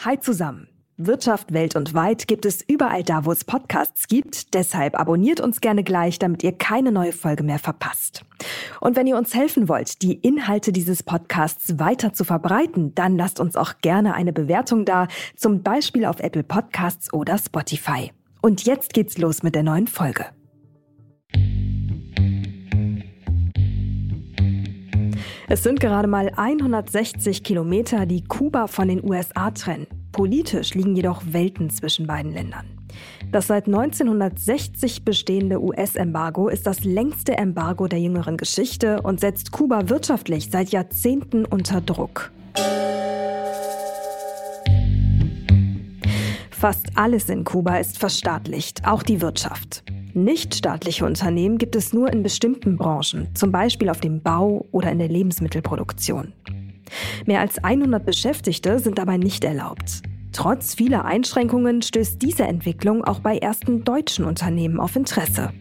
Hi zusammen. Wirtschaft welt- und weit gibt es überall da, wo es Podcasts gibt. Deshalb abonniert uns gerne gleich, damit ihr keine neue Folge mehr verpasst. Und wenn ihr uns helfen wollt, die Inhalte dieses Podcasts weiter zu verbreiten, dann lasst uns auch gerne eine Bewertung da, zum Beispiel auf Apple Podcasts oder Spotify. Und jetzt geht's los mit der neuen Folge. Es sind gerade mal 160 Kilometer, die Kuba von den USA trennen. Politisch liegen jedoch Welten zwischen beiden Ländern. Das seit 1960 bestehende US-Embargo ist das längste Embargo der jüngeren Geschichte und setzt Kuba wirtschaftlich seit Jahrzehnten unter Druck. Fast alles in Kuba ist verstaatlicht, auch die Wirtschaft. Nichtstaatliche Unternehmen gibt es nur in bestimmten Branchen, zum Beispiel auf dem Bau oder in der Lebensmittelproduktion. Mehr als 100 Beschäftigte sind dabei nicht erlaubt. Trotz vieler Einschränkungen stößt diese Entwicklung auch bei ersten deutschen Unternehmen auf Interesse.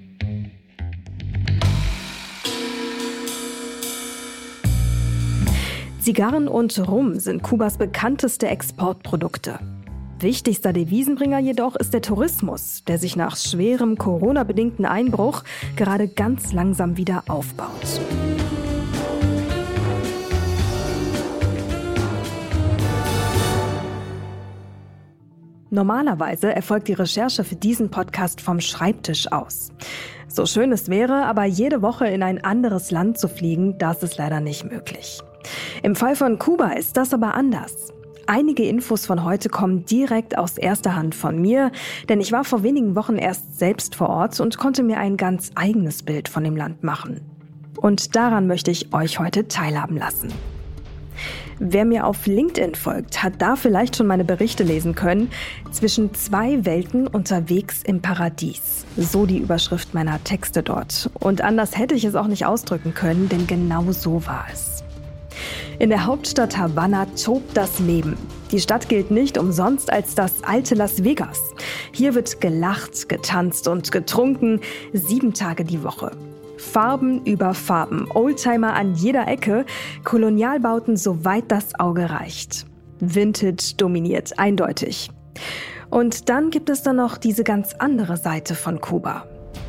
Zigarren und Rum sind Kubas bekannteste Exportprodukte. Wichtigster Devisenbringer jedoch ist der Tourismus, der sich nach schwerem Corona-bedingten Einbruch gerade ganz langsam wieder aufbaut. Normalerweise erfolgt die Recherche für diesen Podcast vom Schreibtisch aus. So schön es wäre, aber jede Woche in ein anderes Land zu fliegen, das ist leider nicht möglich. Im Fall von Kuba ist das aber anders. Einige Infos von heute kommen direkt aus erster Hand von mir, denn ich war vor wenigen Wochen erst selbst vor Ort und konnte mir ein ganz eigenes Bild von dem Land machen. Und daran möchte ich euch heute teilhaben lassen. Wer mir auf LinkedIn folgt, hat da vielleicht schon meine Berichte lesen können. Zwischen zwei Welten unterwegs im Paradies. So die Überschrift meiner Texte dort. Und anders hätte ich es auch nicht ausdrücken können, denn genau so war es. In der Hauptstadt Havanna tobt das Leben. Die Stadt gilt nicht umsonst als das alte Las Vegas. Hier wird gelacht, getanzt und getrunken, 7 Tage die Woche. Farben über Farben, Oldtimer an jeder Ecke, Kolonialbauten soweit das Auge reicht. Vintage dominiert, eindeutig. Und dann gibt es dann noch diese ganz andere Seite von Kuba.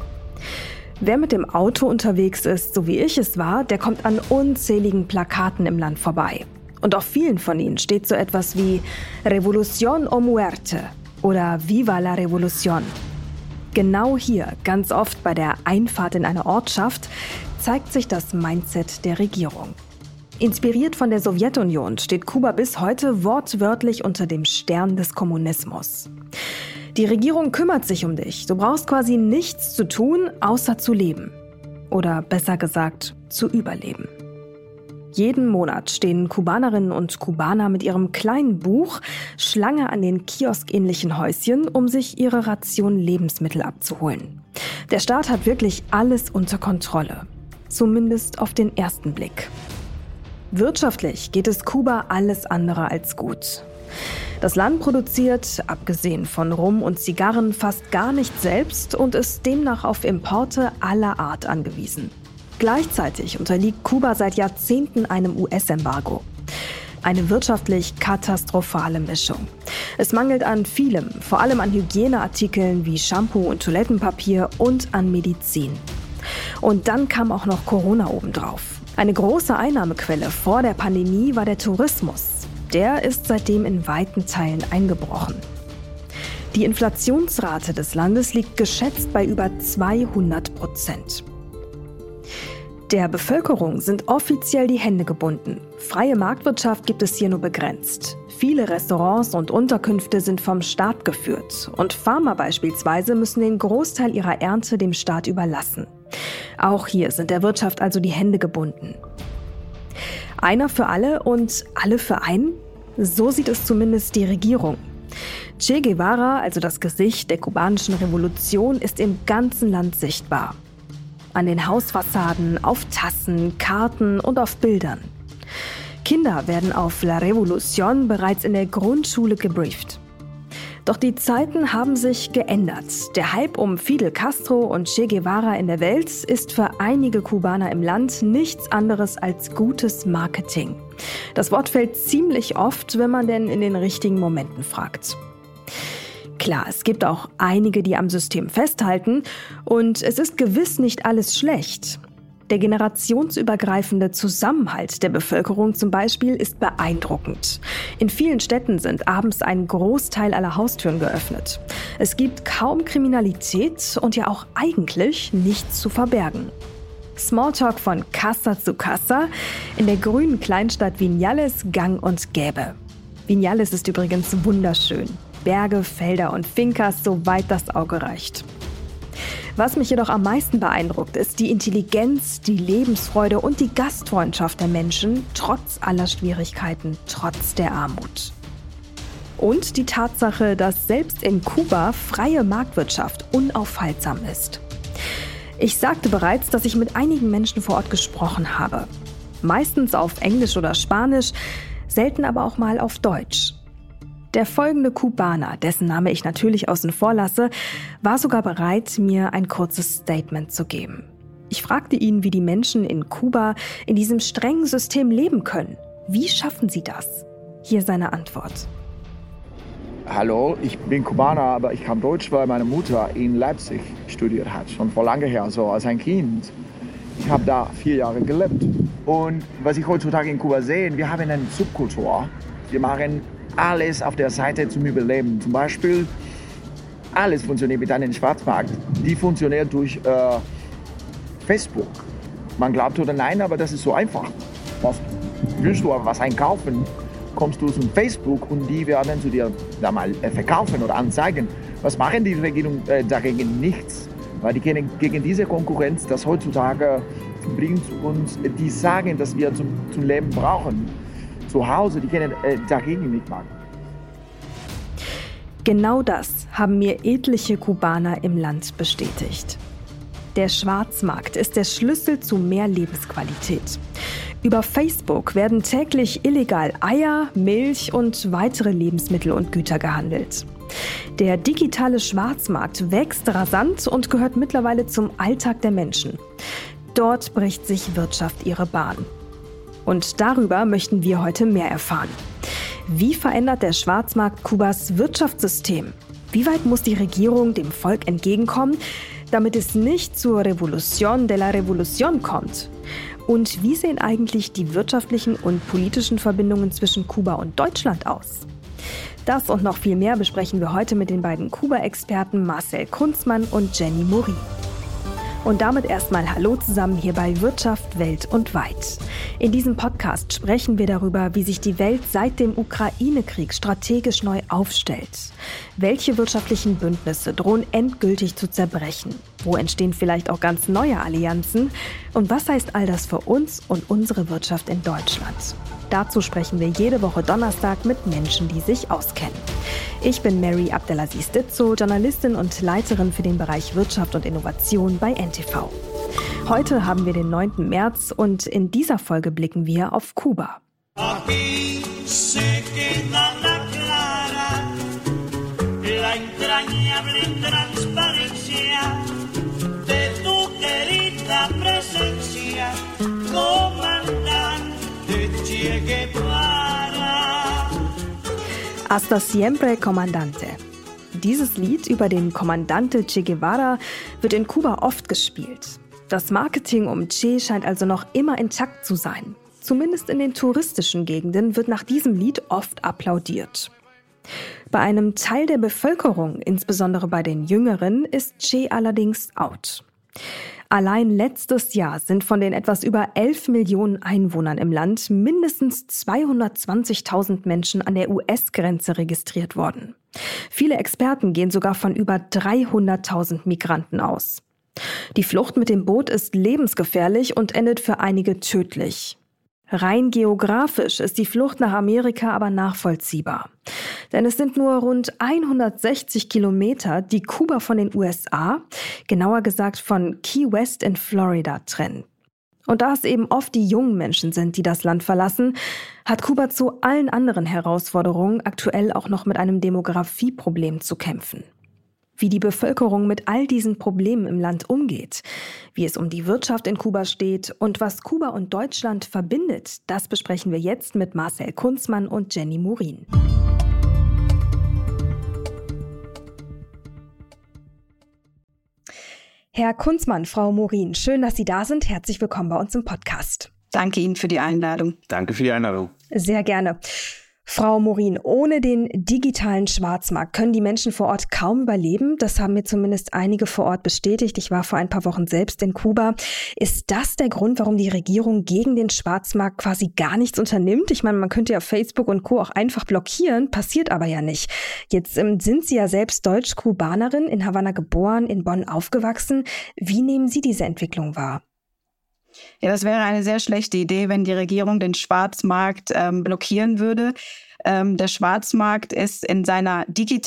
Wer mit dem Auto unterwegs ist, so wie ich es war, der kommt an unzähligen Plakaten im Land vorbei. Und auf vielen von ihnen steht so etwas wie Revolución o Muerte oder Viva la Revolución. Genau hier, ganz oft bei der Einfahrt in eine Ortschaft, zeigt sich das Mindset der Regierung. Inspiriert von der Sowjetunion steht Kuba bis heute wortwörtlich unter dem Stern des Kommunismus. Die Regierung kümmert sich um dich. Du brauchst quasi nichts zu tun, außer zu leben. Oder besser gesagt, zu überleben. Jeden Monat stehen Kubanerinnen und Kubaner mit ihrem kleinen Buch Schlange an den kioskähnlichen Häuschen, um sich ihre Ration Lebensmittel abzuholen. Der Staat hat wirklich alles unter Kontrolle. Zumindest auf den ersten Blick. Wirtschaftlich geht es Kuba alles andere als gut. Das Land produziert, abgesehen von Rum und Zigarren, fast gar nicht selbst und ist demnach auf Importe aller Art angewiesen. Gleichzeitig unterliegt Kuba seit Jahrzehnten einem US-Embargo. Eine wirtschaftlich katastrophale Mischung. Es mangelt an vielem, vor allem an Hygieneartikeln wie Shampoo und Toilettenpapier und an Medizin. Und dann kam auch noch Corona obendrauf. Eine große Einnahmequelle vor der Pandemie war der Tourismus. Der ist seitdem in weiten Teilen eingebrochen. Die Inflationsrate des Landes liegt geschätzt bei über 200%. Der Bevölkerung sind offiziell die Hände gebunden. Freie Marktwirtschaft gibt es hier nur begrenzt. Viele Restaurants und Unterkünfte sind vom Staat geführt. Und Farmer beispielsweise müssen den Großteil ihrer Ernte dem Staat überlassen. Auch hier sind der Wirtschaft also die Hände gebunden. Einer für alle und alle für einen? So sieht es zumindest die Regierung. Che Guevara, also das Gesicht der kubanischen Revolution, ist im ganzen Land sichtbar. An den Hausfassaden, auf Tassen, Karten und auf Bildern. Kinder werden auf La Revolución bereits in der Grundschule gebrieft. Doch die Zeiten haben sich geändert. Der Hype um Fidel Castro und Che Guevara in der Welt ist für einige Kubaner im Land nichts anderes als gutes Marketing. Das Wort fällt ziemlich oft, wenn man denn in den richtigen Momenten fragt. Klar, es gibt auch einige, die am System festhalten, und es ist gewiss nicht alles schlecht. Der generationsübergreifende Zusammenhalt der Bevölkerung zum Beispiel ist beeindruckend. In vielen Städten sind abends ein Großteil aller Haustüren geöffnet. Es gibt kaum Kriminalität und ja auch eigentlich nichts zu verbergen. Smalltalk von Kassa zu Kassa, in der grünen Kleinstadt Vinales gang und gäbe. Vinales ist übrigens wunderschön. Berge, Felder und Fincas, soweit das Auge reicht. Was mich jedoch am meisten beeindruckt, ist die Intelligenz, die Lebensfreude und die Gastfreundschaft der Menschen, trotz aller Schwierigkeiten, trotz der Armut. Und die Tatsache, dass selbst in Kuba freie Marktwirtschaft unaufhaltsam ist. Ich sagte bereits, dass ich mit einigen Menschen vor Ort gesprochen habe. Meistens auf Englisch oder Spanisch, selten aber auch mal auf Deutsch. Der folgende Kubaner, dessen Name ich natürlich außen vor lasse, war sogar bereit, mir ein kurzes Statement zu geben. Ich fragte ihn, wie die Menschen in Kuba in diesem strengen System leben können. Wie schaffen sie das? Hier seine Antwort. Hallo, ich bin Kubaner, aber ich kann Deutsch, weil meine Mutter in Leipzig studiert hat, schon vor lange her, so als ein Kind. Ich habe da 4 Jahre gelebt. Und was ich heutzutage in Kuba sehe, wir haben eine Subkultur. Wir machen alles auf der Seite zum Überleben. Zum Beispiel, alles funktioniert mit einem Schwarzmarkt. Die funktioniert durch Facebook. Man glaubt oder nein, aber das ist so einfach. Willst du was einkaufen, kommst du zum Facebook und die werden zu dir da mal verkaufen oder anzeigen. Was machen die Regierung dagegen? Nichts. Weil die gegen diese Konkurrenz, das heutzutage bringt uns, die sagen, dass wir zum Leben brauchen. Zu Hause, die können dagegen nicht machen. Genau das haben mir etliche Kubaner im Land bestätigt. Der Schwarzmarkt ist der Schlüssel zu mehr Lebensqualität. Über Facebook werden täglich illegal Eier, Milch und weitere Lebensmittel und Güter gehandelt. Der digitale Schwarzmarkt wächst rasant und gehört mittlerweile zum Alltag der Menschen. Dort bricht sich Wirtschaft ihre Bahn. Und darüber möchten wir heute mehr erfahren. Wie verändert der Schwarzmarkt Kubas Wirtschaftssystem? Wie weit muss die Regierung dem Volk entgegenkommen, damit es nicht zur Revolución de la Revolución kommt? Und wie sehen eigentlich die wirtschaftlichen und politischen Verbindungen zwischen Kuba und Deutschland aus? Das und noch viel mehr besprechen wir heute mit den beiden Kuba-Experten Marcel Kunzmann und Jenny Mori. Und damit erstmal Hallo zusammen hier bei Wirtschaft, Welt und Weit. In diesem Podcast sprechen wir darüber, wie sich die Welt seit dem Ukraine-Krieg strategisch neu aufstellt. Welche wirtschaftlichen Bündnisse drohen endgültig zu zerbrechen? Wo entstehen vielleicht auch ganz neue Allianzen? Und was heißt all das für uns und unsere Wirtschaft in Deutschland? Dazu sprechen wir jede Woche Donnerstag mit Menschen, die sich auskennen. Ich bin Mary Abdelaziz Ditzo, Journalistin und Leiterin für den Bereich Wirtschaft und Innovation bei NTV. Heute haben wir den 9. März und in dieser Folge blicken wir auf Kuba. Hasta siempre, Comandante. Dieses Lied über den Comandante Che Guevara wird in Kuba oft gespielt. Das Marketing um Che scheint also noch immer intakt zu sein. Zumindest in den touristischen Gegenden wird nach diesem Lied oft applaudiert. Bei einem Teil der Bevölkerung, insbesondere bei den Jüngeren, ist Che allerdings out. Allein letztes Jahr sind von den etwas über 11 Millionen Einwohnern im Land mindestens 220.000 Menschen an der US-Grenze registriert worden. Viele Experten gehen sogar von über 300.000 Migranten aus. Die Flucht mit dem Boot ist lebensgefährlich und endet für einige tödlich. Rein geografisch ist die Flucht nach Amerika aber nachvollziehbar. Denn es sind nur rund 160 Kilometer, die Kuba von den USA, genauer gesagt von Key West in Florida, trennen. Und da es eben oft die jungen Menschen sind, die das Land verlassen, hat Kuba zu allen anderen Herausforderungen aktuell auch noch mit einem Demografieproblem zu kämpfen. Wie die Bevölkerung mit all diesen Problemen im Land umgeht, wie es um die Wirtschaft in Kuba steht und was Kuba und Deutschland verbindet, das besprechen wir jetzt mit Marcel Kunzmann und Jenny Morin. Herr Kunzmann, Frau Morin, schön, dass Sie da sind. Herzlich willkommen bei uns im Podcast. Danke Ihnen für die Einladung. Danke für die Einladung. Sehr gerne. Frau Morin, ohne den digitalen Schwarzmarkt können die Menschen vor Ort kaum überleben. Das haben mir zumindest einige vor Ort bestätigt. Ich war vor ein paar Wochen selbst in Kuba. Ist das der Grund, warum die Regierung gegen den Schwarzmarkt quasi gar nichts unternimmt? Ich meine, man könnte ja Facebook und Co. auch einfach blockieren, passiert aber ja nicht. Jetzt sind Sie ja selbst Deutsch-Kubanerin, in Havanna geboren, in Bonn aufgewachsen. Wie nehmen Sie diese Entwicklung wahr? Ja, das wäre eine sehr schlechte Idee, wenn die Regierung den Schwarzmarkt blockieren würde. Der Schwarzmarkt ist heute in seiner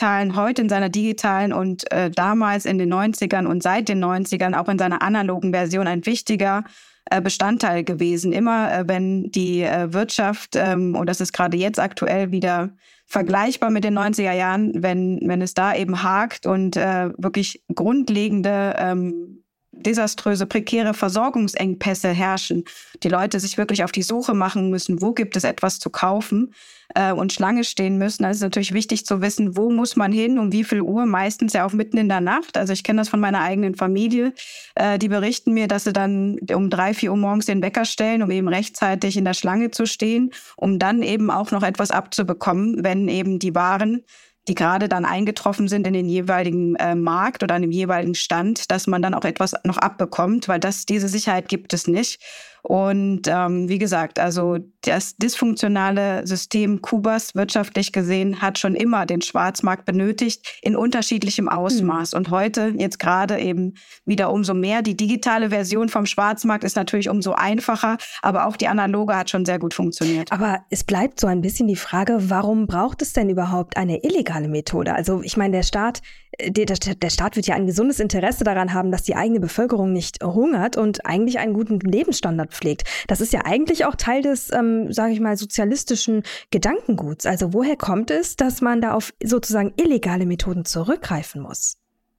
digitalen und damals in den 90ern und seit den 90ern auch in seiner analogen Version ein wichtiger Bestandteil gewesen. Immer wenn die Wirtschaft, und das ist gerade jetzt aktuell wieder vergleichbar mit den 90er Jahren, wenn es da eben hakt und wirklich grundlegende desaströse, prekäre Versorgungsengpässe herrschen, die Leute sich wirklich auf die Suche machen müssen, wo gibt es etwas zu kaufen und Schlange stehen müssen. Da ist natürlich wichtig zu wissen, wo muss man hin, um wie viel Uhr, meistens ja auch mitten in der Nacht. Also ich kenne das von meiner eigenen Familie. Die berichten mir, dass sie dann um 3, 4 Uhr morgens den Wecker stellen, um eben rechtzeitig in der Schlange zu stehen, um dann eben auch noch etwas abzubekommen, wenn eben die Waren, die gerade dann eingetroffen sind in den jeweiligen Markt oder an dem jeweiligen Stand, dass man dann auch etwas noch abbekommt, weil diese Sicherheit gibt es nicht. Und wie gesagt, also das dysfunktionale System Kubas wirtschaftlich gesehen hat schon immer den Schwarzmarkt benötigt in unterschiedlichem Ausmaß. Und heute jetzt gerade eben wieder umso mehr. Die digitale Version vom Schwarzmarkt ist natürlich umso einfacher, aber auch die analoge hat schon sehr gut funktioniert. Aber es bleibt so ein bisschen die Frage, warum braucht es denn überhaupt eine illegale Methode? Also ich meine, der Staat wird ja ein gesundes Interesse daran haben, dass die eigene Bevölkerung nicht hungert und eigentlich einen guten Lebensstandard pflegt. Das ist ja eigentlich auch Teil des, sage ich mal, sozialistischen Gedankenguts. Also woher kommt es, dass man da auf sozusagen illegale Methoden zurückgreifen muss?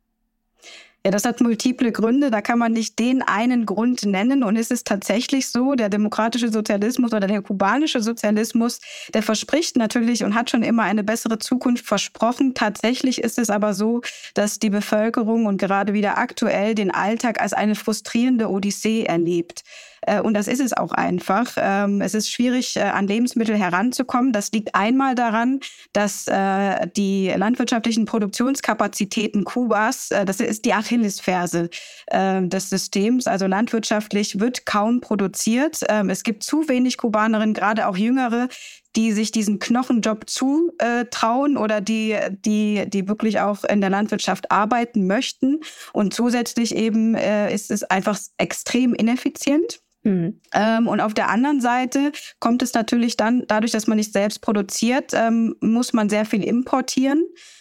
Ja, das hat multiple Gründe. Da kann man nicht den einen Grund nennen. Und es ist tatsächlich so, der demokratische Sozialismus oder der kubanische Sozialismus, der verspricht natürlich und hat schon immer eine bessere Zukunft versprochen. Tatsächlich ist es aber so, dass die Bevölkerung und gerade wieder aktuell den Alltag als eine frustrierende Odyssee erlebt. Und das ist es auch einfach. Es ist schwierig, an Lebensmittel heranzukommen. Das liegt einmal daran, dass die landwirtschaftlichen Produktionskapazitäten Kubas, das ist die Achillesferse des Systems. Also landwirtschaftlich wird kaum produziert. Es gibt zu wenig Kubanerinnen, gerade auch Jüngere, die sich diesen Knochenjob zutrauen oder die wirklich auch in der Landwirtschaft arbeiten möchten. Und zusätzlich eben ist es einfach extrem ineffizient. Und auf der anderen Seite kommt es natürlich dann, dadurch, dass man nicht selbst produziert, muss man sehr viel importieren.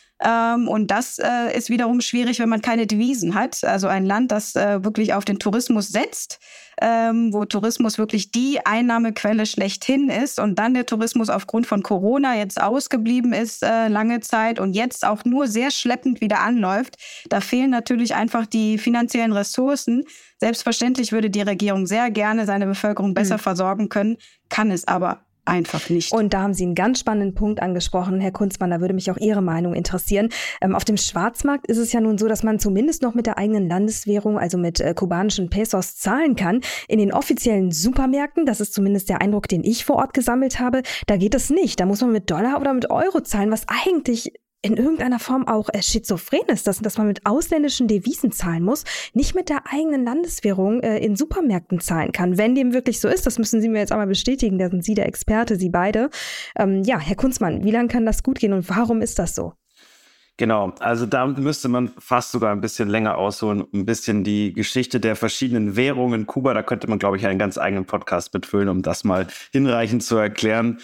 Und das ist wiederum schwierig, wenn man keine Devisen hat. Also ein Land, das wirklich auf den Tourismus setzt, wo Tourismus wirklich die Einnahmequelle schlechthin ist und dann der Tourismus aufgrund von Corona jetzt ausgeblieben ist lange Zeit und jetzt auch nur sehr schleppend wieder anläuft. Da fehlen natürlich einfach die finanziellen Ressourcen. Selbstverständlich würde die Regierung sehr gerne seine Bevölkerung besser versorgen können, kann es aber einfach nicht. Und da haben Sie einen ganz spannenden Punkt angesprochen, Herr Kunzmann, da würde mich auch Ihre Meinung interessieren. Auf dem Schwarzmarkt ist es ja nun so, dass man zumindest noch mit der eigenen Landeswährung, also mit kubanischen Pesos, zahlen kann. In den offiziellen Supermärkten, das ist zumindest der Eindruck, den ich vor Ort gesammelt habe, da geht es nicht. Da muss man mit Dollar oder mit Euro zahlen, was eigentlich in irgendeiner Form auch schizophren ist, dass man mit ausländischen Devisen zahlen muss, nicht mit der eigenen Landeswährung in Supermärkten zahlen kann. Wenn dem wirklich so ist, das müssen Sie mir jetzt einmal bestätigen, da sind Sie der Experte, Sie beide. Ja, Herr Kunzmann, wie lange kann das gut gehen und warum ist das so? Genau, also da müsste man fast sogar ein bisschen länger ausholen, ein bisschen die Geschichte der verschiedenen Währungen in Kuba, da könnte man, glaube ich, einen ganz eigenen Podcast mitfüllen, um das mal hinreichend zu erklären.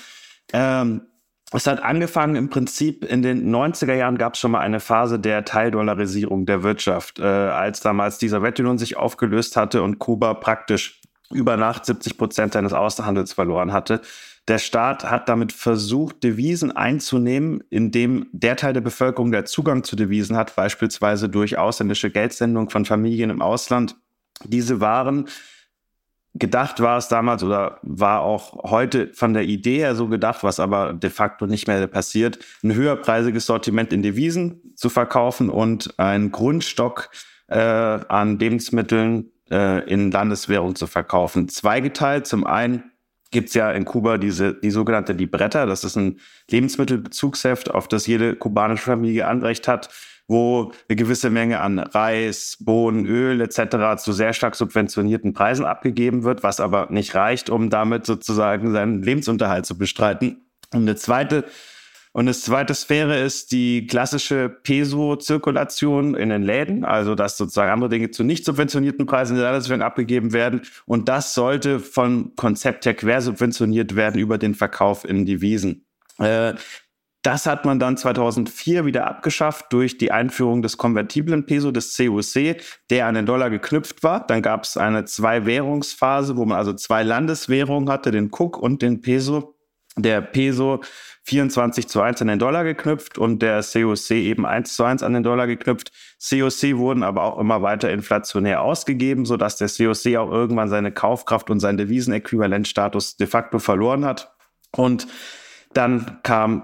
Es hat angefangen im Prinzip in den 90er Jahren gab es schon mal eine Phase der Teildollarisierung der Wirtschaft, als damals die Sowjetunion sich aufgelöst hatte und Kuba praktisch über Nacht 70% seines Außenhandels verloren hatte. Der Staat hat damit versucht, Devisen einzunehmen, indem der Teil der Bevölkerung, der Zugang zu Devisen hat, beispielsweise durch ausländische Geldsendung von Familien im Ausland, diese Waren, gedacht war es damals oder war auch heute von der Idee her so gedacht, was aber de facto nicht mehr passiert, ein höherpreisiges Sortiment in Devisen zu verkaufen und einen Grundstock an Lebensmitteln in Landeswährung zu verkaufen. Zweigeteilt. Zum einen gibt's ja in Kuba die sogenannte Libreta. Das ist ein Lebensmittelbezugsheft, auf das jede kubanische Familie Anrecht hat, wo eine gewisse Menge an Reis, Bohnen, Öl etc. zu sehr stark subventionierten Preisen abgegeben wird, was aber nicht reicht, um damit sozusagen seinen Lebensunterhalt zu bestreiten. Und eine zweite Sphäre ist die klassische Peso-Zirkulation in den Läden, also dass sozusagen andere Dinge zu nicht subventionierten Preisen in der Landeswährung abgegeben werden. Und das sollte vom Konzept her quersubventioniert werden über den Verkauf in Devisen. Das hat man dann 2004 wieder abgeschafft durch die Einführung des konvertiblen Peso, des COC, der an den Dollar geknüpft war. Dann gab es eine 2-Währungsphase, wo man also 2 Landeswährungen hatte, den CUC und den Peso. Der Peso 24:1 an den Dollar geknüpft und der COC eben 1:1 an den Dollar geknüpft. COC wurden aber auch immer weiter inflationär ausgegeben, sodass der COC auch irgendwann seine Kaufkraft und seinen Devisenäquivalentstatus de facto verloren hat. Und dann kam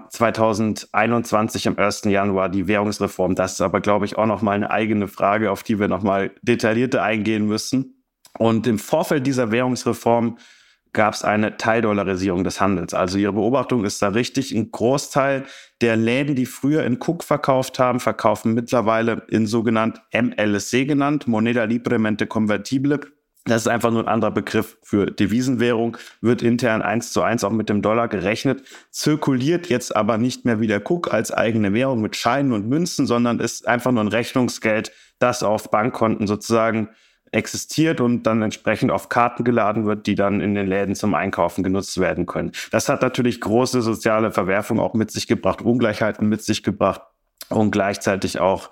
2021 am 1. Januar die Währungsreform. Das ist aber, glaube ich, auch nochmal eine eigene Frage, auf die wir nochmal detaillierter eingehen müssen. Und im Vorfeld dieser Währungsreform gab es eine Teildollarisierung des Handels. Also Ihre Beobachtung ist da richtig. Ein Großteil der Läden, die früher in CUC verkauft haben, verkaufen mittlerweile in sogenannt MLSC genannt, Moneda Libremente Convertible. Das ist einfach nur ein anderer Begriff für Devisenwährung, wird intern 1:1 auch mit dem Dollar gerechnet, zirkuliert jetzt aber nicht mehr wie der CUC als eigene Währung mit Scheinen und Münzen, sondern ist einfach nur ein Rechnungsgeld, das auf Bankkonten sozusagen existiert und dann entsprechend auf Karten geladen wird, die dann in den Läden zum Einkaufen genutzt werden können. Das hat natürlich große soziale Verwerfungen auch mit sich gebracht, Ungleichheiten mit sich gebracht und gleichzeitig auch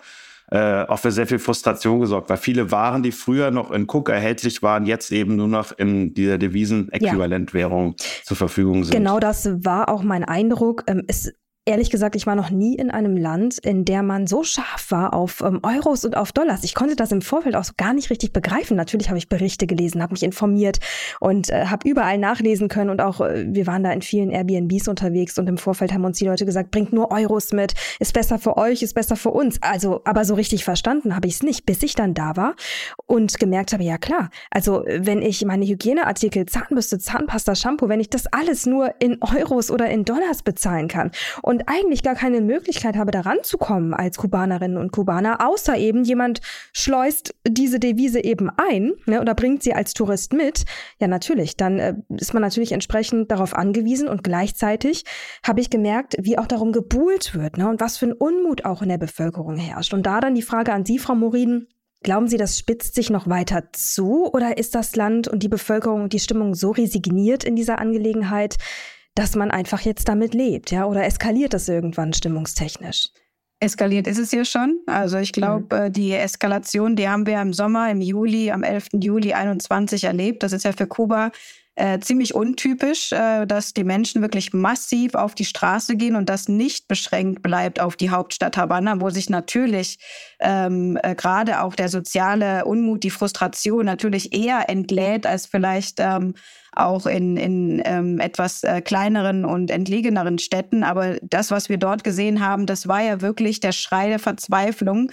für sehr viel Frustration gesorgt, weil viele Waren, die früher noch in CUC erhältlich waren, jetzt eben nur noch in dieser Devisenäquivalentwährung zur Verfügung sind. Genau, das war auch mein Eindruck. Ehrlich gesagt, ich war noch nie in einem Land, in der man so scharf war auf Euros und auf Dollars. Ich konnte das im Vorfeld auch so gar nicht richtig begreifen. Natürlich habe ich Berichte gelesen, habe mich informiert und habe überall nachlesen können. Und auch wir waren da in vielen Airbnbs unterwegs und im Vorfeld haben uns die Leute gesagt, bringt nur Euros mit, ist besser für euch, ist besser für uns. Also, aber so richtig verstanden habe ich es nicht, bis ich dann da war und gemerkt habe, ja klar, also wenn ich meine Hygieneartikel, Zahnbürste, Zahnpasta, Shampoo, wenn ich das alles nur in Euros oder in Dollars bezahlen kann und eigentlich gar keine Möglichkeit habe, da ranzukommen als Kubanerinnen und Kubaner, außer eben jemand schleust diese Devise eben ein, ne, oder bringt sie als Tourist mit. Ja, natürlich, dann ist man natürlich entsprechend darauf angewiesen und gleichzeitig habe ich gemerkt, wie auch darum gebuhlt wird, ne, und was für ein Unmut auch in der Bevölkerung herrscht. Und da dann die Frage an Sie, Frau Morin, glauben Sie, das spitzt sich noch weiter zu oder ist das Land und die Bevölkerung und die Stimmung so resigniert in dieser Angelegenheit, dass man einfach jetzt damit lebt, ja? Oder eskaliert das irgendwann stimmungstechnisch? Eskaliert ist es hier schon. Also ich glaube, die Eskalation, die haben wir im Sommer, am 11. Juli 2021 erlebt. Das ist ja für Kuba ziemlich untypisch, dass die Menschen wirklich massiv auf die Straße gehen und das nicht beschränkt bleibt auf die Hauptstadt Havanna, wo sich natürlich gerade auch der soziale Unmut, die Frustration natürlich eher entlädt als vielleicht auch in etwas kleineren und entlegeneren Städten. Aber das, was wir dort gesehen haben, das war ja wirklich der Schrei der Verzweiflung.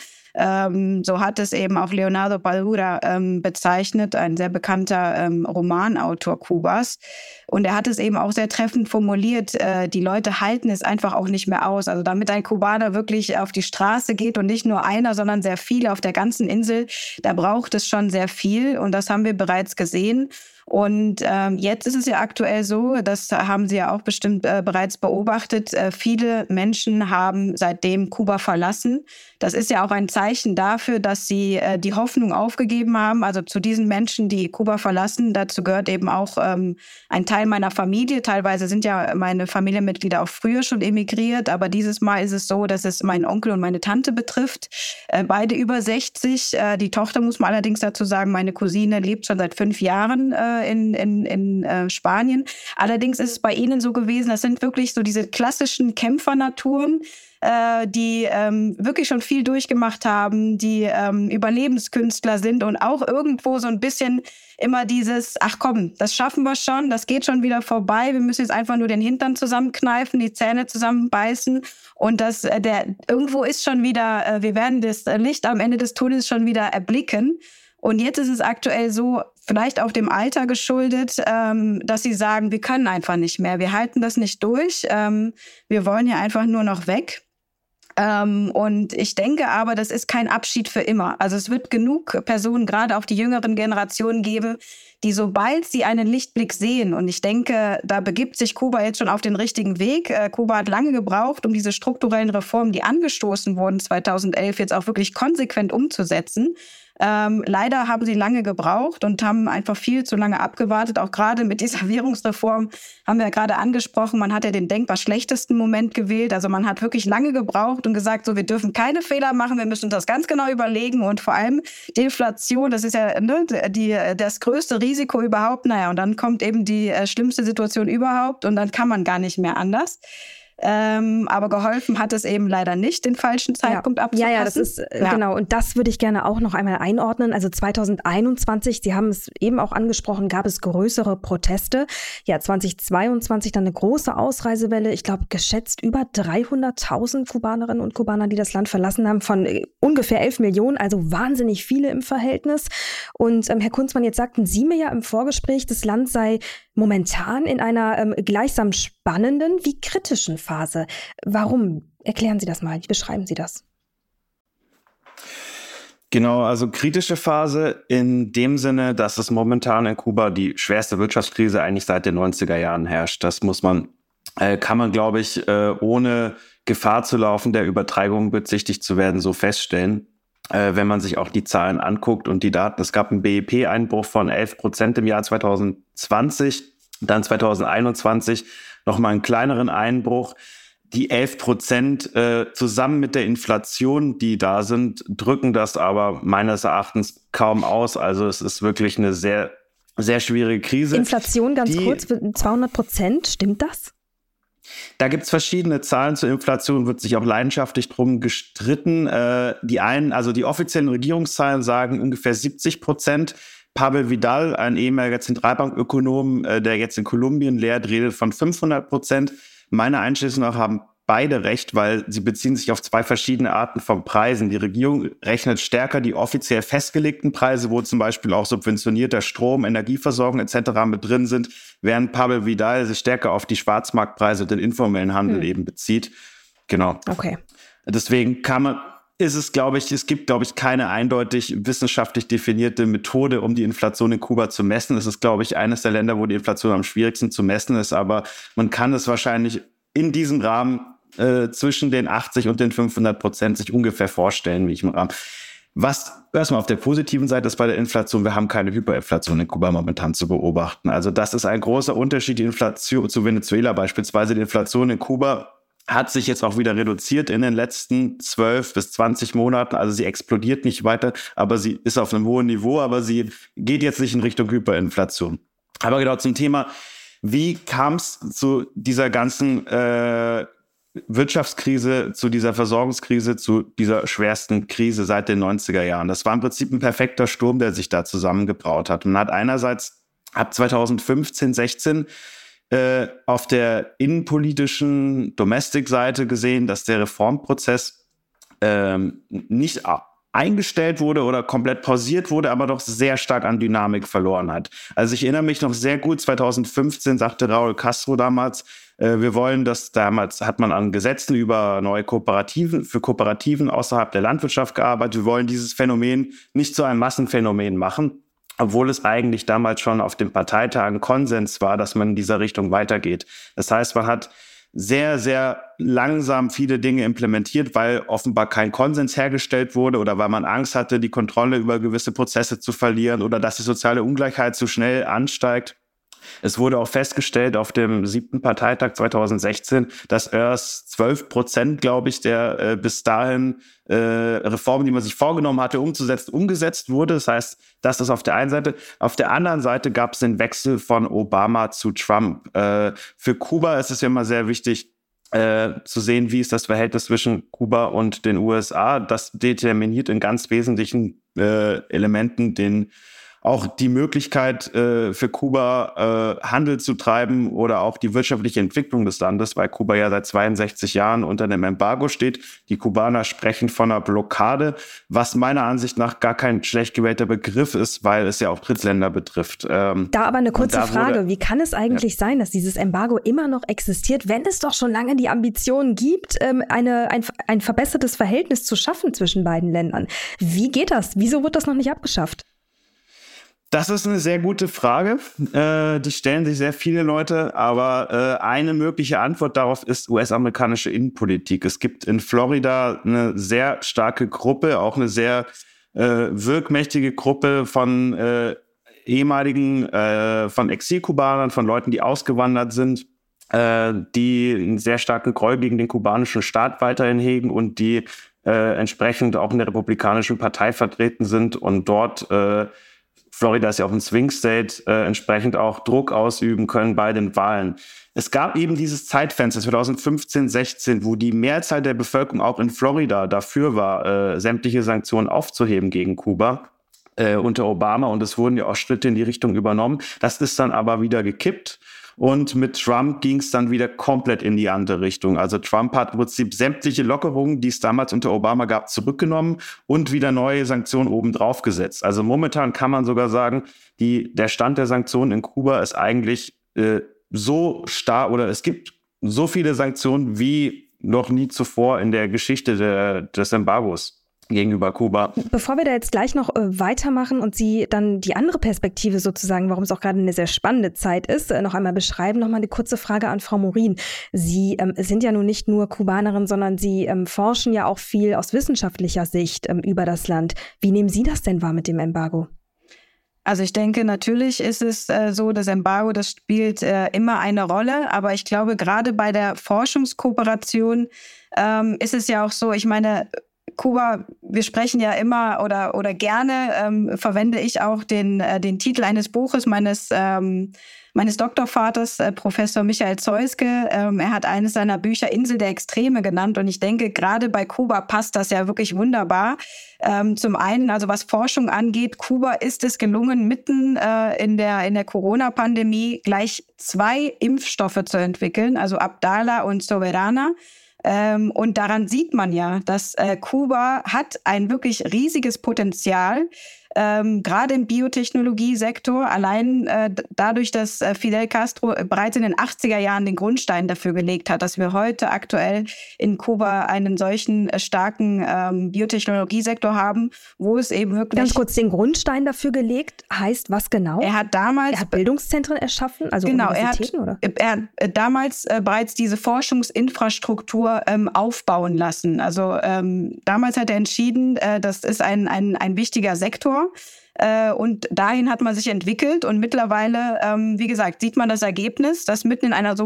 So hat es eben auch Leonardo Padura bezeichnet, ein sehr bekannter Romanautor Kubas. Und er hat es eben auch sehr treffend formuliert, die Leute halten es einfach auch nicht mehr aus. Also damit ein Kubaner wirklich auf die Straße geht und nicht nur einer, sondern sehr viele auf der ganzen Insel, da braucht es schon sehr viel und das haben wir bereits gesehen. Und jetzt ist es ja aktuell so, das haben Sie ja auch bestimmt bereits beobachtet, viele Menschen haben seitdem Kuba verlassen. Das ist ja auch ein Zeichen dafür, dass sie die Hoffnung aufgegeben haben. Also zu diesen Menschen, die Kuba verlassen, dazu gehört eben auch ein Teil meiner Familie. Teilweise sind ja meine Familienmitglieder auch früher schon emigriert, aber dieses Mal ist es so, dass es meinen Onkel und meine Tante betrifft. Beide über 60. Die Tochter, muss man allerdings dazu sagen, meine Cousine lebt schon seit 5 Jahren in Spanien. Allerdings ist es bei ihnen so gewesen, das sind wirklich so diese klassischen Kämpfernaturen, die wirklich schon viel durchgemacht haben, die Überlebenskünstler sind und auch irgendwo so ein bisschen immer dieses, ach komm, das schaffen wir schon, das geht schon wieder vorbei, wir müssen jetzt einfach nur den Hintern zusammenkneifen, die Zähne zusammenbeißen und irgendwo ist schon wieder, wir werden das Licht am Ende des Tunnels schon wieder erblicken. Und jetzt ist es aktuell so, vielleicht auch dem Alter geschuldet, dass sie sagen, wir können einfach nicht mehr, wir halten das nicht durch, wir wollen hier einfach nur noch weg. Und ich denke aber, das ist kein Abschied für immer. Also es wird genug Personen, gerade auch die jüngeren Generationen geben, die sobald sie einen Lichtblick sehen, und ich denke, da begibt sich Kuba jetzt schon auf den richtigen Weg. Kuba hat lange gebraucht, um diese strukturellen Reformen, die angestoßen wurden 2011, jetzt auch wirklich konsequent umzusetzen. Leider haben sie lange gebraucht und haben einfach viel zu lange abgewartet. Auch gerade mit dieser Währungsreform haben wir ja gerade angesprochen, man hat ja den denkbar schlechtesten Moment gewählt. Also man hat wirklich lange gebraucht und gesagt, so, wir dürfen keine Fehler machen, wir müssen uns das ganz genau überlegen. Und vor allem die Inflation, das ist ja das größte Risiko überhaupt. Naja, und dann kommt eben die schlimmste Situation überhaupt und dann kann man gar nicht mehr anders. Aber geholfen hat es eben leider nicht, den falschen Zeitpunkt abzupassen. Ja, das ist genau. Und das würde ich gerne auch noch einmal einordnen. Also 2021, Sie haben es eben auch angesprochen, gab es größere Proteste. Ja, 2022 dann eine große Ausreisewelle. Ich glaube, geschätzt über 300.000 Kubanerinnen und Kubaner, die das Land verlassen haben, von ungefähr 11 Millionen, also wahnsinnig viele im Verhältnis. Und Herr Kunzmann, jetzt sagten Sie mir ja im Vorgespräch, das Land sei momentan in einer gleichsam spannenden wie kritischen Phase. Warum? Erklären Sie das mal. Wie beschreiben Sie das? Genau, also kritische Phase in dem Sinne, dass es momentan in Kuba die schwerste Wirtschaftskrise eigentlich seit den 90er Jahren herrscht. Das kann man, glaube ich, ohne Gefahr zu laufen, der Übertreibung bezichtigt zu werden, so feststellen. Wenn man sich auch die Zahlen anguckt und die Daten. Es gab einen BIP-Einbruch von 11% im Jahr 2020, dann 2021 nochmal einen kleineren Einbruch. Die 11% zusammen mit der Inflation, die da sind, drücken das aber meines Erachtens kaum aus. Also es ist wirklich eine sehr, sehr schwierige Krise. Inflation ganz kurz, 200%, stimmt das? Da gibt's verschiedene Zahlen zur Inflation, wird sich auch leidenschaftlich drum gestritten. Die offiziellen Regierungszahlen sagen ungefähr 70%. Pavel Vidal, ein ehemaliger Zentralbankökonom, der jetzt in Kolumbien lehrt, redet von 500%. Meiner Einschätzung nach haben beide recht, weil sie beziehen sich auf zwei verschiedene Arten von Preisen. Die Regierung rechnet stärker die offiziell festgelegten Preise, wo zum Beispiel auch subventionierter Strom, Energieversorgung etc. mit drin sind, während Pavel Vidal sich stärker auf die Schwarzmarktpreise und den informellen Handel eben bezieht. Genau. Okay. Deswegen es gibt, glaube ich, keine eindeutig wissenschaftlich definierte Methode, um die Inflation in Kuba zu messen. Es ist, glaube ich, eines der Länder, wo die Inflation am schwierigsten zu messen ist, aber man kann es wahrscheinlich in diesem Rahmen zwischen den 80 und den 500% sich ungefähr vorstellen, wie ich im Rahmen. Was erstmal auf der positiven Seite ist bei der Inflation, wir haben keine Hyperinflation in Kuba momentan zu beobachten. Also das ist ein großer Unterschied, die Inflation zu Venezuela beispielsweise. Die Inflation in Kuba hat sich jetzt auch wieder reduziert in den letzten 12 bis 20 Monaten. Also sie explodiert nicht weiter, aber sie ist auf einem hohen Niveau, aber sie geht jetzt nicht in Richtung Hyperinflation. Aber genau zum Thema, wie kam es zu dieser ganzen Wirtschaftskrise, zu dieser Versorgungskrise, zu dieser schwersten Krise seit den 90er Jahren? Das war im Prinzip ein perfekter Sturm, der sich da zusammengebraut hat. Man hat einerseits ab 2015, 16 auf der innenpolitischen Domestic-Seite gesehen, dass der Reformprozess nicht eingestellt wurde oder komplett pausiert wurde, aber doch sehr stark an Dynamik verloren hat. Also ich erinnere mich noch sehr gut, 2015 sagte Raúl Castro damals, wir wollen das, damals hat man an Gesetzen über neue Kooperativen außerhalb der Landwirtschaft gearbeitet, wir wollen dieses Phänomen nicht zu einem Massenphänomen machen, obwohl es eigentlich damals schon auf den Parteitagen Konsens war, dass man in dieser Richtung weitergeht. Das heißt, man hat sehr, sehr langsam viele Dinge implementiert, weil offenbar kein Konsens hergestellt wurde oder weil man Angst hatte, die Kontrolle über gewisse Prozesse zu verlieren oder dass die soziale Ungleichheit zu schnell ansteigt. Es wurde auch festgestellt auf dem 7. Parteitag 2016, dass erst 12%, glaube ich, der bis dahin Reformen, die man sich vorgenommen hatte, umgesetzt wurde. Das heißt, das ist auf der einen Seite. Auf der anderen Seite gab es den Wechsel von Obama zu Trump. Für Kuba ist es ja immer sehr wichtig, zu sehen, wie ist das Verhältnis zwischen Kuba und den USA. Das determiniert in ganz wesentlichen Elementen auch die Möglichkeit für Kuba Handel zu treiben oder auch die wirtschaftliche Entwicklung des Landes, weil Kuba ja seit 62 Jahren unter einem Embargo steht. Die Kubaner sprechen von einer Blockade, was meiner Ansicht nach gar kein schlecht gewählter Begriff ist, weil es ja auch Drittländer betrifft. Da aber eine kurze Frage, wie kann es eigentlich sein, dass dieses Embargo immer noch existiert, wenn es doch schon lange die Ambition gibt, ein verbessertes Verhältnis zu schaffen zwischen beiden Ländern? Wie geht das? Wieso wird das noch nicht abgeschafft? Das ist eine sehr gute Frage. Die stellen sich sehr viele Leute. Aber eine mögliche Antwort darauf ist US-amerikanische Innenpolitik. Es gibt in Florida eine sehr starke Gruppe, auch eine sehr wirkmächtige Gruppe von ehemaligen, von Exilkubanern, von Leuten, die ausgewandert sind, die einen sehr starken Groll gegen den kubanischen Staat weiterhin hegen und die entsprechend auch in der Republikanischen Partei vertreten sind und dort Florida ist ja auch ein Swing State, entsprechend auch Druck ausüben können bei den Wahlen. Es gab eben dieses Zeitfenster 2015, 16, wo die Mehrzahl der Bevölkerung auch in Florida dafür war, sämtliche Sanktionen aufzuheben gegen Kuba unter Obama. Und es wurden ja auch Schritte in die Richtung übernommen. Das ist dann aber wieder gekippt. Und mit Trump ging es dann wieder komplett in die andere Richtung. Also Trump hat im Prinzip sämtliche Lockerungen, die es damals unter Obama gab, zurückgenommen und wieder neue Sanktionen obendrauf gesetzt. Also momentan kann man sogar sagen, der Stand der Sanktionen in Kuba ist eigentlich so stark, oder es gibt so viele Sanktionen wie noch nie zuvor in der Geschichte des Embargos gegenüber Kuba. Bevor wir da jetzt gleich noch weitermachen und Sie dann die andere Perspektive sozusagen, warum es auch gerade eine sehr spannende Zeit ist, noch einmal beschreiben, noch mal eine kurze Frage an Frau Morin. Sie sind ja nun nicht nur Kubanerin, sondern Sie forschen ja auch viel aus wissenschaftlicher Sicht über das Land. Wie nehmen Sie das denn wahr mit dem Embargo? Also ich denke, natürlich ist es so, das Embargo, das spielt immer eine Rolle. Aber ich glaube, gerade bei der Forschungskooperation ist es ja auch so, ich meine, Kuba, wir sprechen ja immer oder gerne, verwende ich auch den Titel eines Buches meines Doktorvaters, Professor Michael Zeuske. Er hat eines seiner Bücher Insel der Extreme genannt. Und ich denke, gerade bei Kuba passt das ja wirklich wunderbar. Zum einen, also was Forschung angeht, Kuba ist es gelungen, mitten in der Corona-Pandemie gleich 2 Impfstoffe zu entwickeln, also Abdala und Soberana. Und daran sieht man ja, dass Kuba hat ein wirklich riesiges Potenzial, gerade im Biotechnologiesektor, allein dadurch, dass Fidel Castro bereits in den 80er Jahren den Grundstein dafür gelegt hat, dass wir heute aktuell in Kuba einen solchen starken Biotechnologiesektor haben, wo es eben wirklich... Ganz kurz, den Grundstein dafür gelegt, heißt was genau? Er hat Bildungszentren erschaffen, also genau, Universitäten, er hat damals bereits diese Forschungsinfrastruktur aufbauen lassen. Also damals hat er entschieden, das ist ein wichtiger Sektor. Und dahin hat man sich entwickelt und mittlerweile, wie gesagt, sieht man das Ergebnis, dass mitten in einer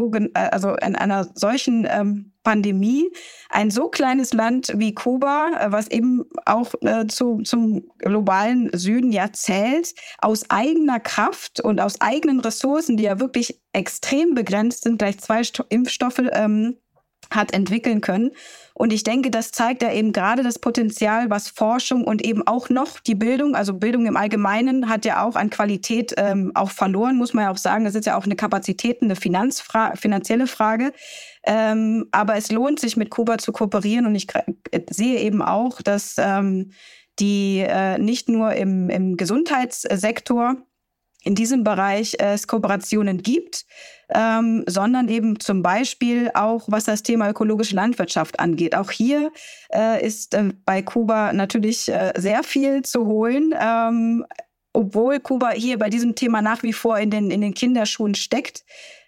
solchen Pandemie ein so kleines Land wie Kuba, was eben auch zum globalen Süden ja zählt, aus eigener Kraft und aus eigenen Ressourcen, die ja wirklich extrem begrenzt sind, gleich 2 Impfstoffe hat entwickeln können. Und ich denke, das zeigt ja eben gerade das Potenzial, was Forschung und eben auch noch die Bildung, also Bildung im Allgemeinen, hat ja auch an Qualität auch verloren, muss man ja auch sagen. Das ist ja auch eine Kapazität, eine finanzielle Frage. Aber es lohnt sich, mit Kuba zu kooperieren. Und ich sehe eben auch, dass die nicht nur im Gesundheitssektor in diesem Bereich es Kooperationen gibt, sondern eben zum Beispiel auch, was das Thema ökologische Landwirtschaft angeht. Auch hier ist bei Kuba natürlich sehr viel zu holen, obwohl Kuba hier bei diesem Thema nach wie vor in den Kinderschuhen steckt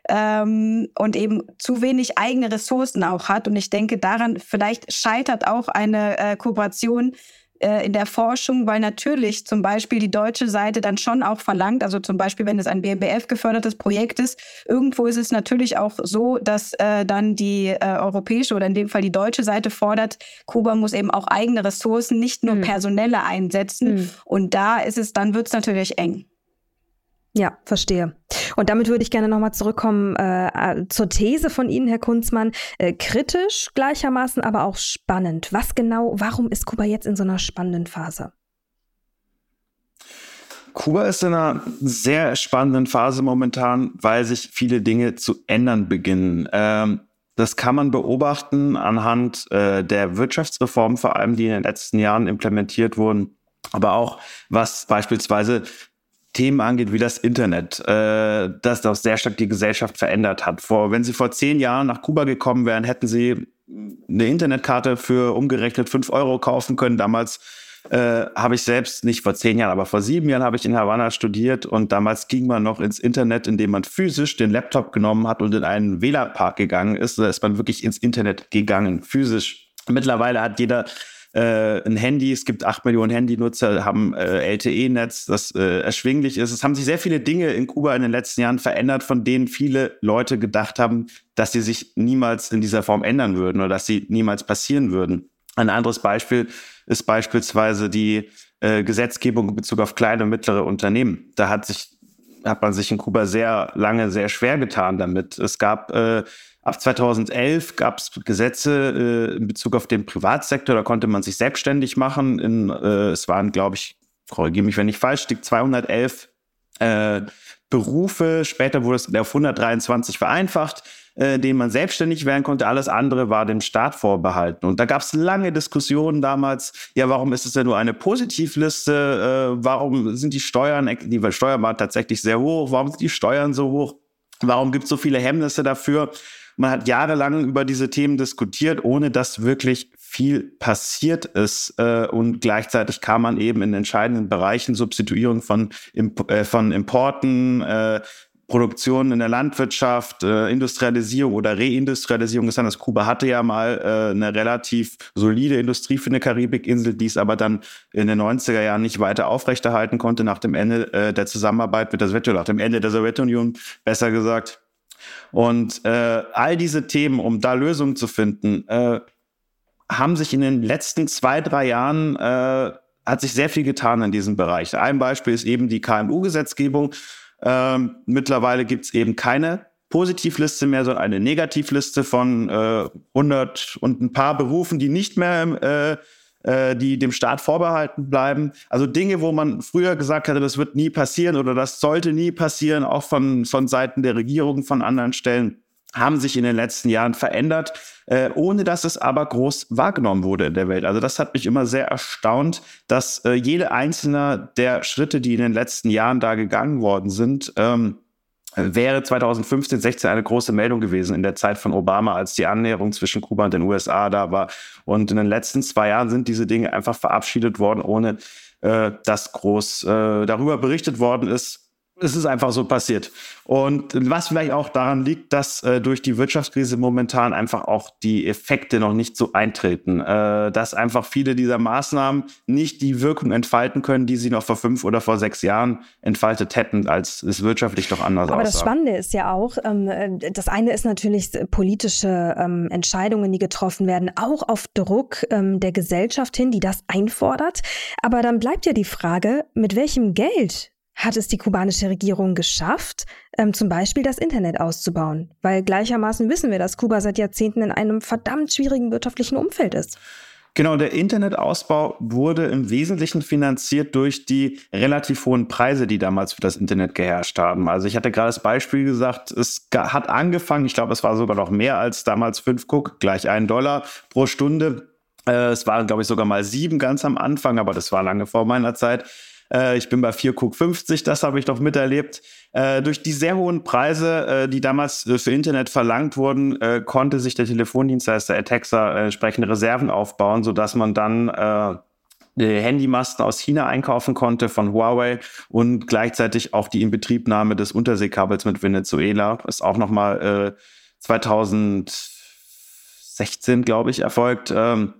und eben zu wenig eigene Ressourcen auch hat. Und ich denke, daran vielleicht scheitert auch eine Kooperation in der Forschung, weil natürlich zum Beispiel die deutsche Seite dann schon auch verlangt, also zum Beispiel, wenn es ein BMBF-gefördertes Projekt ist, irgendwo ist es natürlich auch so, dass dann die europäische oder in dem Fall die deutsche Seite fordert, Kuba muss eben auch eigene Ressourcen, nicht nur personelle einsetzen. Und da wird es natürlich eng. Ja, verstehe. Und damit würde ich gerne nochmal zurückkommen zur These von Ihnen, Herr Kunzmann. Kritisch gleichermaßen, aber auch spannend. Warum ist Kuba jetzt in so einer spannenden Phase? Kuba ist in einer sehr spannenden Phase momentan, weil sich viele Dinge zu ändern beginnen. Das kann man beobachten anhand der Wirtschaftsreformen, vor allem die in den letzten Jahren implementiert wurden, aber auch was beispielsweise Themen angeht wie das Internet, das auch sehr stark die Gesellschaft verändert hat. Wenn Sie vor 10 Jahren nach Kuba gekommen wären, hätten Sie eine Internetkarte für umgerechnet 5 Euro kaufen können. Damals habe ich selbst, nicht vor 10 Jahren, aber vor 7 Jahren habe ich in Havanna studiert und damals ging man noch ins Internet, indem man physisch den Laptop genommen hat und in einen WLAN-Park gegangen ist. Da ist man wirklich ins Internet gegangen, physisch. Mittlerweile hat jeder ein Handy, es gibt 8 Millionen Handynutzer, haben LTE-Netz, das erschwinglich ist. Es haben sich sehr viele Dinge in Kuba in den letzten Jahren verändert, von denen viele Leute gedacht haben, dass sie sich niemals in dieser Form ändern würden oder dass sie niemals passieren würden. Ein anderes Beispiel ist beispielsweise die Gesetzgebung in Bezug auf kleine und mittlere Unternehmen. Da hat man sich in Kuba sehr lange sehr schwer getan damit. Es gab ab 2011 gab es Gesetze in Bezug auf den Privatsektor, da konnte man sich selbstständig machen. Es waren, glaube ich, korrigiere mich, wenn ich falsch liege, 211 Berufe. Später wurde es auf 123 vereinfacht, denen man selbstständig werden konnte. Alles andere war dem Staat vorbehalten. Und da gab es lange Diskussionen damals. Ja, warum ist es denn nur eine Positivliste? Warum sind die Steuern waren tatsächlich sehr hoch? Warum sind die Steuern so hoch? Warum gibt es so viele Hemmnisse dafür? Man hat jahrelang über diese Themen diskutiert, ohne dass wirklich viel passiert ist. Und gleichzeitig kam man eben in entscheidenden Bereichen, Substituierung von Importen, Produktion in der Landwirtschaft, Industrialisierung oder Reindustrialisierung. Das Kuba hatte ja mal eine relativ solide Industrie für eine Karibikinsel, die es aber dann in den 90er Jahren nicht weiter aufrechterhalten konnte nach dem Ende der Zusammenarbeit mit der Sowjetunion, nach dem Ende der Sowjetunion, besser gesagt. Und all diese Themen, um da Lösungen zu finden, haben sich in den letzten 2-3 Jahren hat sich sehr viel getan in diesem Bereich. Ein Beispiel ist eben die KMU-Gesetzgebung. Mittlerweile gibt es eben keine Positivliste mehr, sondern eine Negativliste von 100 und ein paar Berufen, die nicht mehr die dem Staat vorbehalten bleiben. Also Dinge, wo man früher gesagt hatte, das wird nie passieren oder das sollte nie passieren, auch von Seiten der Regierung, von anderen Stellen, haben sich in den letzten Jahren verändert, ohne dass es aber groß wahrgenommen wurde in der Welt. Also das hat mich immer sehr erstaunt, dass jede einzelne der Schritte, die in den letzten Jahren da gegangen worden sind, wäre 2015, 16 eine große Meldung gewesen in der Zeit von Obama, als die Annäherung zwischen Kuba und den USA da war. Und in den letzten 2 Jahren sind diese Dinge einfach verabschiedet worden, ohne dass groß darüber berichtet worden ist. Es ist einfach so passiert. Und was vielleicht auch daran liegt, dass durch die Wirtschaftskrise momentan einfach auch die Effekte noch nicht so eintreten. Dass einfach viele dieser Maßnahmen nicht die Wirkung entfalten können, die sie noch vor 5 oder vor 6 Jahren entfaltet hätten, als es wirtschaftlich doch anders aussah. Aber das Spannende ist ja auch, das eine ist natürlich politische Entscheidungen, die getroffen werden, auch auf Druck der Gesellschaft hin, die das einfordert. Aber dann bleibt ja die Frage, mit welchem Geld hat es die kubanische Regierung geschafft, zum Beispiel das Internet auszubauen? Weil gleichermaßen wissen wir, dass Kuba seit Jahrzehnten in einem verdammt schwierigen wirtschaftlichen Umfeld ist. Genau, der Internetausbau wurde im Wesentlichen finanziert durch die relativ hohen Preise, die damals für das Internet geherrscht haben. Also ich hatte gerade das Beispiel gesagt, es hat angefangen, ich glaube, es war sogar noch mehr als damals 5 Cook, gleich $1 pro Stunde. Es waren, glaube ich, sogar mal 7 ganz am Anfang, aber das war lange vor meiner Zeit. Ich bin bei 4 Cook 50, das habe ich doch miterlebt. Durch die sehr hohen Preise, die damals für Internet verlangt wurden, konnte sich der Telefondienstleister Atexa entsprechende Reserven aufbauen, sodass man dann Handymasten aus China einkaufen konnte von Huawei und gleichzeitig auch die Inbetriebnahme des Unterseekabels mit Venezuela ist auch nochmal 2016, glaube ich, erfolgt.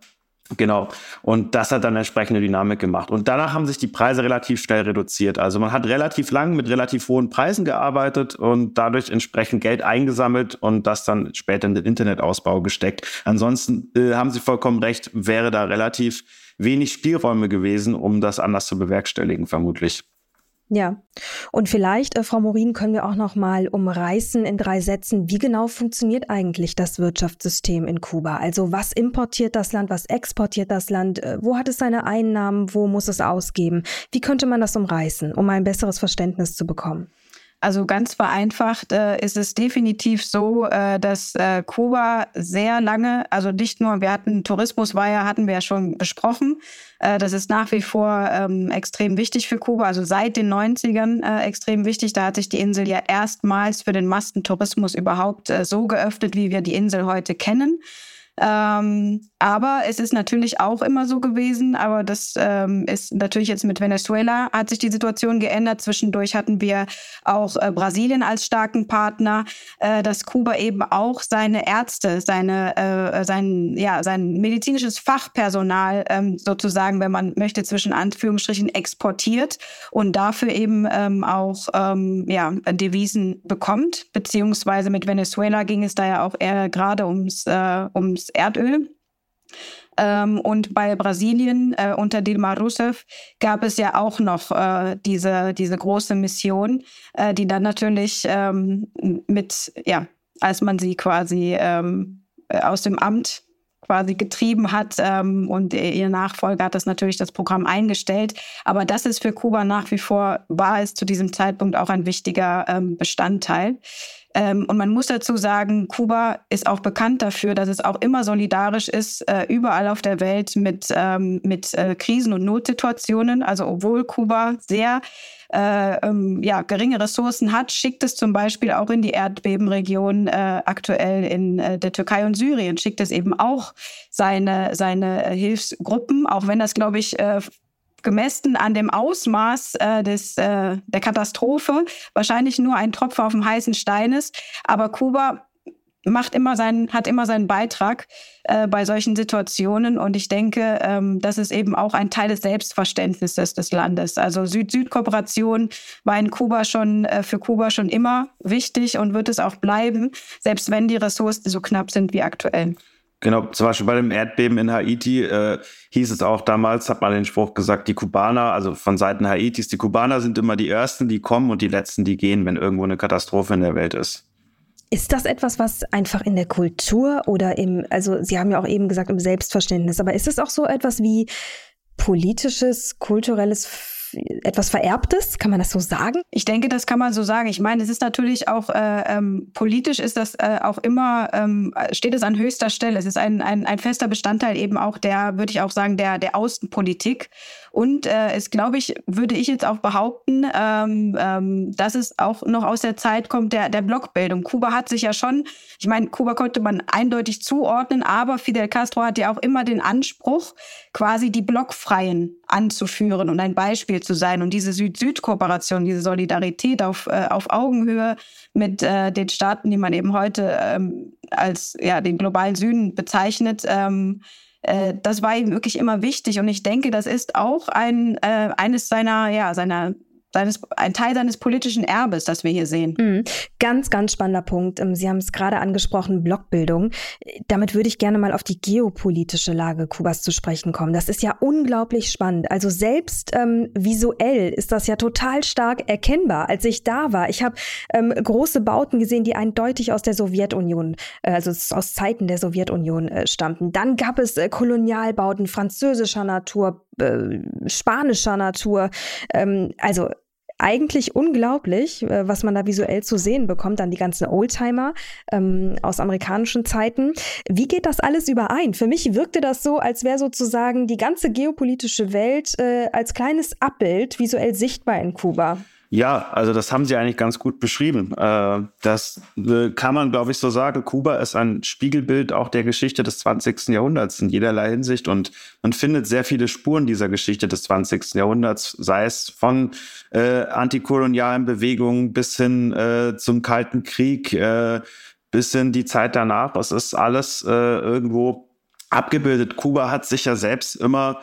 Genau. Und das hat dann entsprechende Dynamik gemacht. Und danach haben sich die Preise relativ schnell reduziert. Also man hat relativ lang mit relativ hohen Preisen gearbeitet und dadurch entsprechend Geld eingesammelt und das dann später in den Internetausbau gesteckt. Ansonsten haben Sie vollkommen recht, wäre da relativ wenig Spielräume gewesen, um das anders zu bewerkstelligen, vermutlich. Ja, und vielleicht, Frau Morin, können wir auch noch mal umreißen in 3 Sätzen, wie genau funktioniert eigentlich das Wirtschaftssystem in Kuba? Also was importiert das Land, was exportiert das Land, wo hat es seine Einnahmen, wo muss es ausgeben? Wie könnte man das umreißen, um ein besseres Verständnis zu bekommen? Also ganz vereinfacht ist es definitiv so, dass Kuba sehr lange, also nicht nur, Tourismus hatten wir ja schon besprochen. Das ist nach wie vor extrem wichtig für Kuba, also seit den 90ern extrem wichtig. Da hat sich die Insel ja erstmals für den Massentourismus überhaupt so geöffnet, wie wir die Insel heute kennen. Aber es ist natürlich auch immer so gewesen, aber das ist natürlich jetzt mit Venezuela hat sich die Situation geändert. Zwischendurch hatten wir auch Brasilien als starken Partner, dass Kuba eben auch seine Ärzte, sein medizinisches Fachpersonal sozusagen, wenn man möchte, zwischen Anführungsstrichen exportiert und dafür eben auch Devisen bekommt. Beziehungsweise mit Venezuela ging es da ja auch eher gerade ums Erdöl. Und bei Brasilien unter Dilma Rousseff gab es ja auch noch diese große Mission, die dann natürlich als man sie quasi aus dem Amt quasi getrieben hat und ihr Nachfolger hat das Programm eingestellt. Aber das ist für Kuba nach wie vor, war es zu diesem Zeitpunkt auch ein wichtiger Bestandteil. Und man muss dazu sagen, Kuba ist auch bekannt dafür, dass es auch immer solidarisch ist, überall auf der Welt mit Krisen und Notsituationen. Also obwohl Kuba sehr geringe Ressourcen hat, schickt es zum Beispiel auch in die Erdbebenregion aktuell in der Türkei und Syrien, schickt es eben auch seine Hilfsgruppen, auch wenn das, glaube ich, gemessen an dem Ausmaß der Katastrophe wahrscheinlich nur ein Tropfen auf dem heißen Stein ist. Aber Kuba hat immer seinen Beitrag bei solchen Situationen. Und ich denke, das ist eben auch ein Teil des Selbstverständnisses des Landes. Also Süd-Süd-Kooperation war für Kuba schon immer wichtig und wird es auch bleiben, selbst wenn die Ressourcen so knapp sind wie aktuell. Genau, zum Beispiel bei dem Erdbeben in Haiti hieß es auch damals, hat man den Spruch gesagt, die Kubaner, also von Seiten Haitis, die Kubaner sind immer die Ersten, die kommen und die Letzten, die gehen, wenn irgendwo eine Katastrophe in der Welt ist. Ist das etwas, was einfach in der Kultur oder also Sie haben ja auch eben gesagt, im Selbstverständnis, aber ist es auch so etwas wie politisches, kulturelles, etwas Vererbtes? Kann man das so sagen? Ich denke, das kann man so sagen. Ich meine, es ist natürlich auch politisch ist das auch immer, steht es an höchster Stelle. Es ist ein fester Bestandteil eben auch würde ich auch sagen, der Außenpolitik. Und würde ich jetzt auch behaupten, dass es auch noch aus der Zeit kommt der Blockbildung. Kuba hat sich ja schon, ich meine, Kuba konnte man eindeutig zuordnen, aber Fidel Castro hat ja auch immer den Anspruch, quasi die Blockfreien anzuführen und ein Beispiel zu sein. Und diese Süd-Süd-Kooperation, diese Solidarität auf Augenhöhe mit den Staaten, die man eben heute als den globalen Süden bezeichnet, das war ihm wirklich immer wichtig. Und ich denke, das ist auch ein Teil seines politischen Erbes, das wir hier sehen. Mhm. Ganz, ganz spannender Punkt. Sie haben es gerade angesprochen, Blockbildung. Damit würde ich gerne mal auf die geopolitische Lage Kubas zu sprechen kommen. Das ist ja unglaublich spannend. Also selbst visuell ist das ja total stark erkennbar. Als ich da war, ich habe große Bauten gesehen, die eindeutig aus der Sowjetunion, also aus Zeiten der Sowjetunion stammten. Dann gab es Kolonialbauten französischer Natur, spanischer Natur, also eigentlich unglaublich, was man da visuell zu sehen bekommt, dann die ganzen Oldtimer aus amerikanischen Zeiten. Wie geht das alles überein? Für mich wirkte das so, als wäre sozusagen die ganze geopolitische Welt als kleines Abbild visuell sichtbar in Kuba. Ja, also das haben Sie eigentlich ganz gut beschrieben. Das kann man, glaube ich, so sagen. Kuba ist ein Spiegelbild auch der Geschichte des 20. Jahrhunderts in jederlei Hinsicht. Und man findet sehr viele Spuren dieser Geschichte des 20. Jahrhunderts, sei es von antikolonialen Bewegungen bis hin zum Kalten Krieg, bis hin die Zeit danach. Es ist alles irgendwo abgebildet. Kuba hat sich ja selbst immer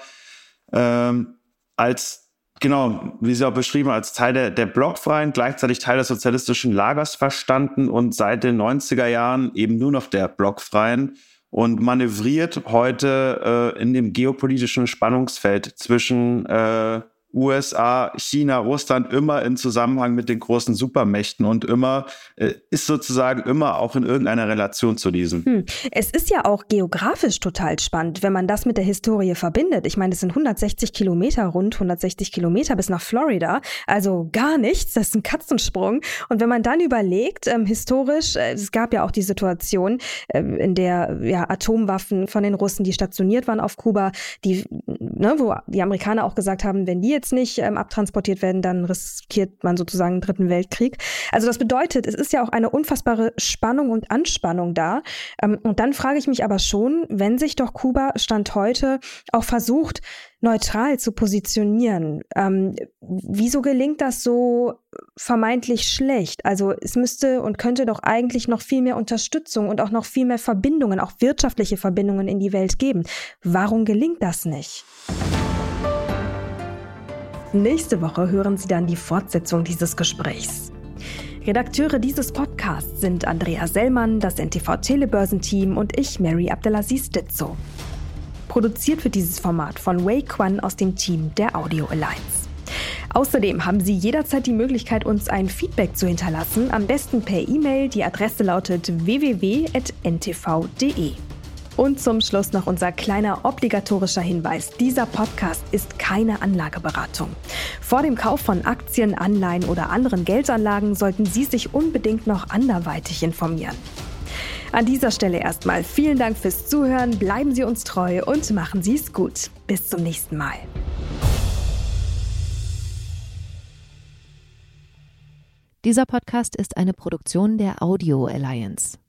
als, genau, wie Sie auch beschrieben, als Teil der Blockfreien, gleichzeitig Teil des sozialistischen Lagers verstanden und seit den 90er Jahren eben nur noch der Blockfreien und manövriert heute in dem geopolitischen Spannungsfeld zwischen USA, China, Russland, immer in Zusammenhang mit den großen Supermächten und immer ist sozusagen immer auch in irgendeiner Relation zu diesen. Es ist ja auch geografisch total spannend, wenn man das mit der Historie verbindet. Ich meine, es sind 160 Kilometer, rund 160 Kilometer bis nach Florida, also gar nichts, das ist ein Katzensprung. Und wenn man dann überlegt, historisch, es gab ja auch die Situation, in der Atomwaffen von den Russen, die stationiert waren auf Kuba, wo die Amerikaner auch gesagt haben, wenn die jetzt nicht abtransportiert werden, dann riskiert man sozusagen einen dritten Weltkrieg. Also das bedeutet, es ist ja auch eine unfassbare Spannung und Anspannung da. Und dann frage ich mich aber schon, wenn sich doch Kuba Stand heute auch versucht, neutral zu positionieren, wieso gelingt das so vermeintlich schlecht? Also es müsste und könnte doch eigentlich noch viel mehr Unterstützung und auch noch viel mehr Verbindungen, auch wirtschaftliche Verbindungen in die Welt geben. Warum gelingt das nicht? Nächste Woche hören Sie dann die Fortsetzung dieses Gesprächs. Redakteure dieses Podcasts sind Andrea Sellmann, das NTV-Telebörsenteam und ich, Mary Abdelaziz Ditzo. Produziert wird dieses Format von Wei Quan aus dem Team der Audio Alliance. Außerdem haben Sie jederzeit die Möglichkeit, uns ein Feedback zu hinterlassen, am besten per E-Mail. Die Adresse lautet www.ntv.de. Und zum Schluss noch unser kleiner obligatorischer Hinweis. Dieser Podcast ist keine Anlageberatung. Vor dem Kauf von Aktien, Anleihen oder anderen Geldanlagen sollten Sie sich unbedingt noch anderweitig informieren. An dieser Stelle erstmal vielen Dank fürs Zuhören, bleiben Sie uns treu und machen Sie es gut. Bis zum nächsten Mal. Dieser Podcast ist eine Produktion der Audio Alliance.